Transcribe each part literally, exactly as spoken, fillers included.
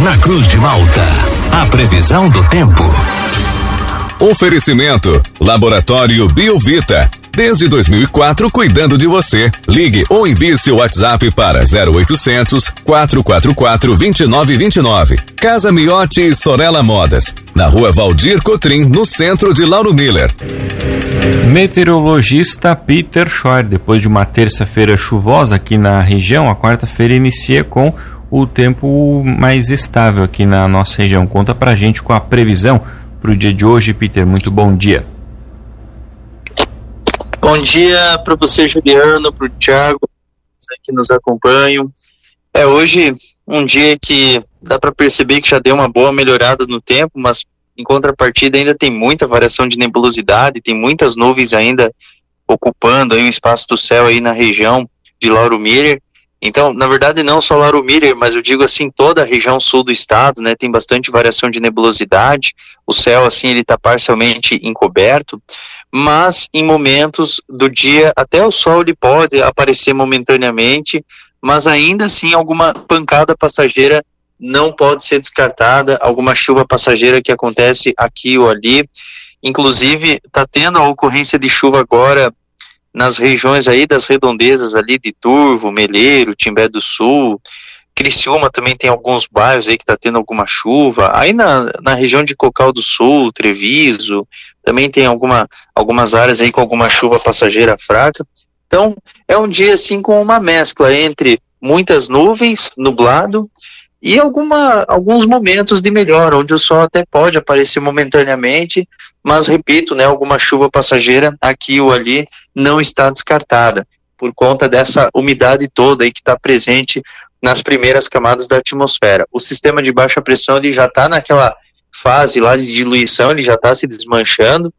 Na Cruz de Malta, a previsão do tempo. Oferecimento Laboratório Biovita. Desde dois mil e quatro, cuidando de você. Ligue ou envie seu WhatsApp para zero oitocentos, quatrocentos e quarenta e quatro, vinte e nove vinte e nove. Casa Miotti e Sorella Modas. Na rua Valdir Cotrim, no centro de Lauro Miller. Meteorologista Peter Scheuer. Depois de uma terça-feira chuvosa aqui na região, a quarta-feira inicia com o tempo mais estável aqui na nossa região. Conta pra gente com a previsão para o dia de hoje, Peter. Muito bom dia. Bom dia para você, Juliano, para o Thiago, que nos acompanham. É hoje um dia que dá para perceber que já deu uma boa melhorada no tempo, mas em contrapartida ainda tem muita variação de nebulosidade, tem muitas nuvens ainda ocupando aí o espaço do céu aí na região de Lauro Miller. Então, na verdade, não só Lauro Miller, mas eu digo assim, toda a região sul do estado, né, tem bastante variação de nebulosidade. O céu, assim, ele está parcialmente encoberto, mas em momentos do dia, até o sol ele pode aparecer momentaneamente, mas ainda assim alguma pancada passageira não pode ser descartada, alguma chuva passageira que acontece aqui ou ali. Inclusive, está tendo a ocorrência de chuva agora nas regiões aí das redondezas ali de Turvo, Meleiro, Timbé do Sul, Criciúma também tem alguns bairros aí que está tendo alguma chuva, aí na, na região de Cocal do Sul, Treviso, também tem alguma, algumas áreas aí com alguma chuva passageira fraca. Então, é um dia assim com uma mescla entre muitas nuvens, nublado, e alguma, alguns momentos de melhor, onde o sol até pode aparecer momentaneamente, mas repito, né, alguma chuva passageira aqui ou ali não está descartada, por conta dessa umidade toda aí que está presente nas primeiras camadas da atmosfera. O sistema de baixa pressão ele já está naquela fase lá de diluição, ele já está se desmanchando,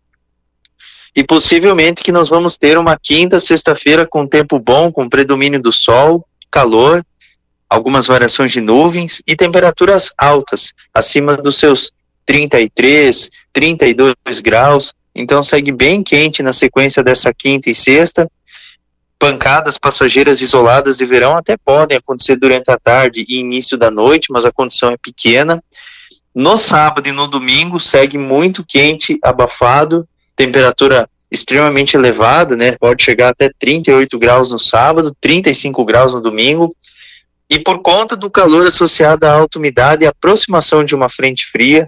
e possivelmente que nós vamos ter uma quinta, sexta-feira com tempo bom, com predomínio do sol, calor, algumas variações de nuvens e temperaturas altas, acima dos seus trinta e três, trinta e dois graus, então segue bem quente na sequência dessa quinta e sexta. Pancadas passageiras isoladas de verão até podem acontecer durante a tarde e início da noite, mas a condição é pequena. No sábado e no domingo segue muito quente, abafado, temperatura extremamente elevada, né? Pode chegar até trinta e oito graus no sábado, trinta e cinco graus no domingo. E por conta do calor associado à alta umidade e aproximação de uma frente fria,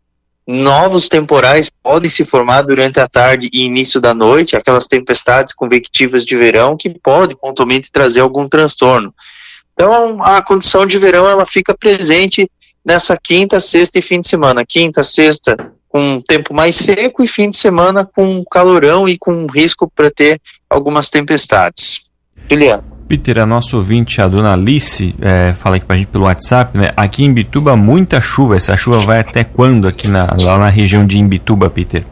novos temporais podem se formar durante a tarde e início da noite, aquelas tempestades convectivas de verão que podem pontualmente trazer algum transtorno. Então a condição de verão ela fica presente nessa quinta, sexta e fim de semana. Quinta, sexta com um tempo mais seco e fim de semana com calorão e com risco para ter algumas tempestades. Juliano. Peter, a nossa ouvinte, a dona Alice, é, fala aqui pra gente pelo WhatsApp, né? Aqui em Imbituba, muita chuva. Essa chuva vai até quando aqui na, lá na região de Imbituba, Peter?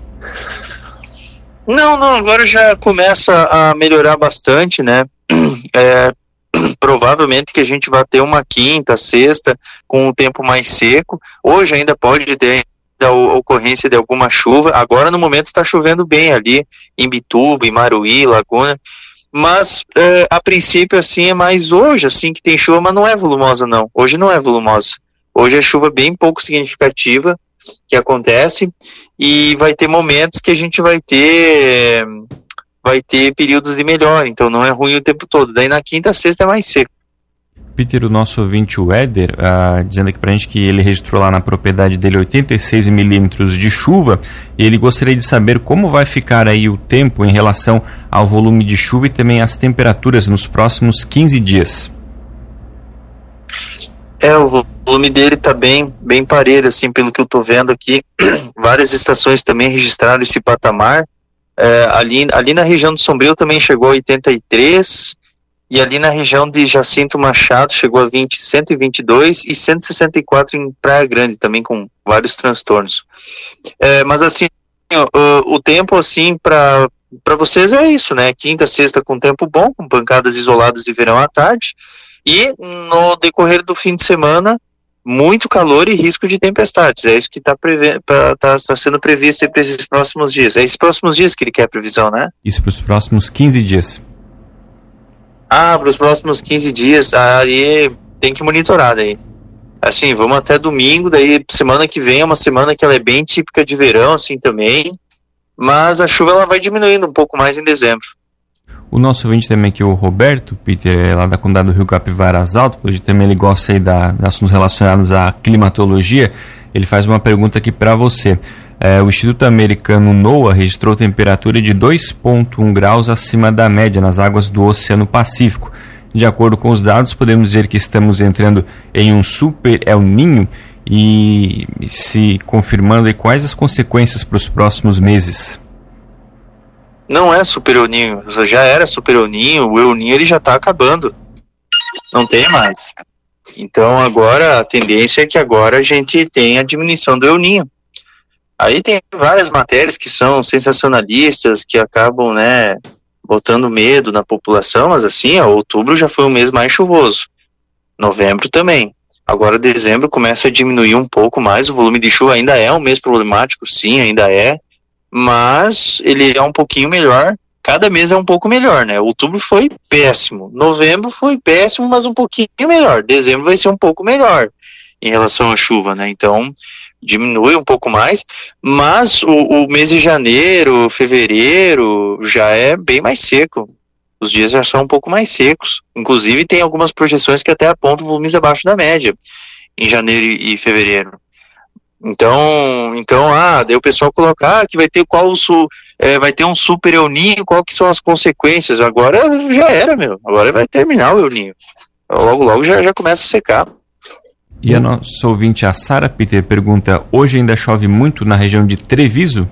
Não, não, agora já começa a melhorar bastante, né? É, provavelmente que a gente vai ter uma quinta, sexta, com o tempo mais seco. Hoje ainda pode ter a ocorrência de alguma chuva. Agora, no momento, está chovendo bem ali em Imbituba, em Maruí, Laguna. Mas, é, a princípio, assim, é mais hoje, assim, que tem chuva, mas não é volumosa, não. Hoje não é volumosa. Hoje é chuva bem pouco significativa que acontece e vai ter momentos que a gente vai ter, vai ter períodos de melhora, então não é ruim o tempo todo. Daí na quinta, sexta é mais seco. Peter, o nosso ouvinte, o Éder, uh, dizendo aqui pra gente que ele registrou lá na propriedade dele oitenta e seis milímetros de chuva, e ele gostaria de saber como vai ficar aí o tempo em relação ao volume de chuva e também as temperaturas nos próximos quinze dias. É, o volume dele tá bem, bem parelho, assim, pelo que eu tô vendo aqui. Várias estações também registraram esse patamar. É, ali, ali na região do Sombrio também chegou a oitenta e três, e ali na região de Jacinto Machado chegou a vinte, cento e vinte e dois e cento e sessenta e quatro em Praia Grande, também com vários transtornos. É, mas assim, o, o tempo assim para para vocês é isso, né? Quinta, sexta com tempo bom, com pancadas isoladas de verão à tarde, e no decorrer do fim de semana, muito calor e risco de tempestades. É isso que está tá, tá sendo previsto para esses próximos dias. É esses próximos dias que ele quer a previsão, né? Isso para os próximos quinze dias. Ah, para os próximos quinze dias, aí tem que monitorar daí. assim, vamos até domingo, daí semana que vem é uma semana que ela é bem típica de verão, assim, também, mas a chuva ela vai diminuindo um pouco mais em dezembro. O nosso ouvinte também aqui, o Roberto, Peter, lá da Condado do Rio Capivaras Alto, hoje também ele gosta aí da, de assuntos relacionados à climatologia, ele faz uma pergunta aqui para você. É, o Instituto Americano NOAA registrou temperatura de dois vírgula um graus acima da média nas águas do Oceano Pacífico. De acordo com os dados, podemos dizer que estamos entrando em um super El Niño e se confirmando aí quais as consequências para os próximos meses. Não é super El Niño, já era super El Niño, o El Niño ele já está acabando, não tem mais. Então agora a tendência é que agora a gente tenha a diminuição do El Niño. Aí tem várias matérias que são sensacionalistas, que acabam, né, botando medo na população, mas assim, ó, outubro já foi o mês mais chuvoso, novembro também. Agora dezembro começa a diminuir um pouco mais, o volume de chuva ainda é um mês problemático, sim, ainda é, mas ele é um pouquinho melhor, cada mês é um pouco melhor, né? Outubro foi péssimo, novembro foi péssimo, mas um pouquinho melhor, dezembro vai ser um pouco melhor em relação à chuva, né? Então, diminui um pouco mais, mas o, o mês de janeiro, fevereiro, já é bem mais seco, os dias já são um pouco mais secos, inclusive tem algumas projeções que até apontam volumes abaixo da média, em janeiro e fevereiro. Então, então, ah, daí o pessoal coloca, ah, que vai ter qual o sul, é, vai ter um super El Niño, qual que são as consequências? Agora já era, meu, agora vai terminar o El Niño. Logo, logo já, já começa a secar. E a nossa ouvinte, a Sara Peter, pergunta, hoje ainda chove muito na região de Treviso?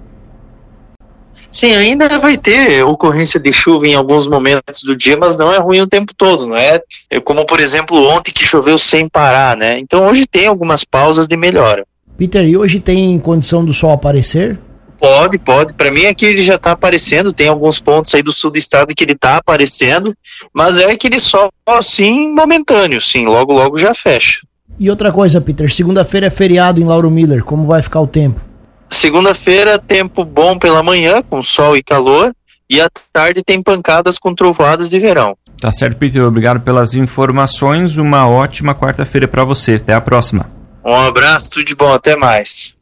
Sim, ainda vai ter ocorrência de chuva em alguns momentos do dia, mas não é ruim o tempo todo, não é? Como, por exemplo, ontem que choveu sem parar, né? Então hoje tem algumas pausas de melhora. Peter, e hoje tem condição do sol aparecer? Pode, pode. Para mim aqui ele já está aparecendo, tem alguns pontos aí do sul do estado que ele está aparecendo, mas é aquele sol assim momentâneo, sim, logo logo já fecha. E outra coisa, Peter, segunda-feira é feriado em Lauro Miller, como vai ficar o tempo? Segunda-feira, tempo bom pela manhã, com sol e calor, e à tarde tem pancadas com trovoadas de verão. Tá certo, Peter, obrigado pelas informações, uma ótima quarta-feira para você, até a próxima. Um abraço, tudo de bom, até mais.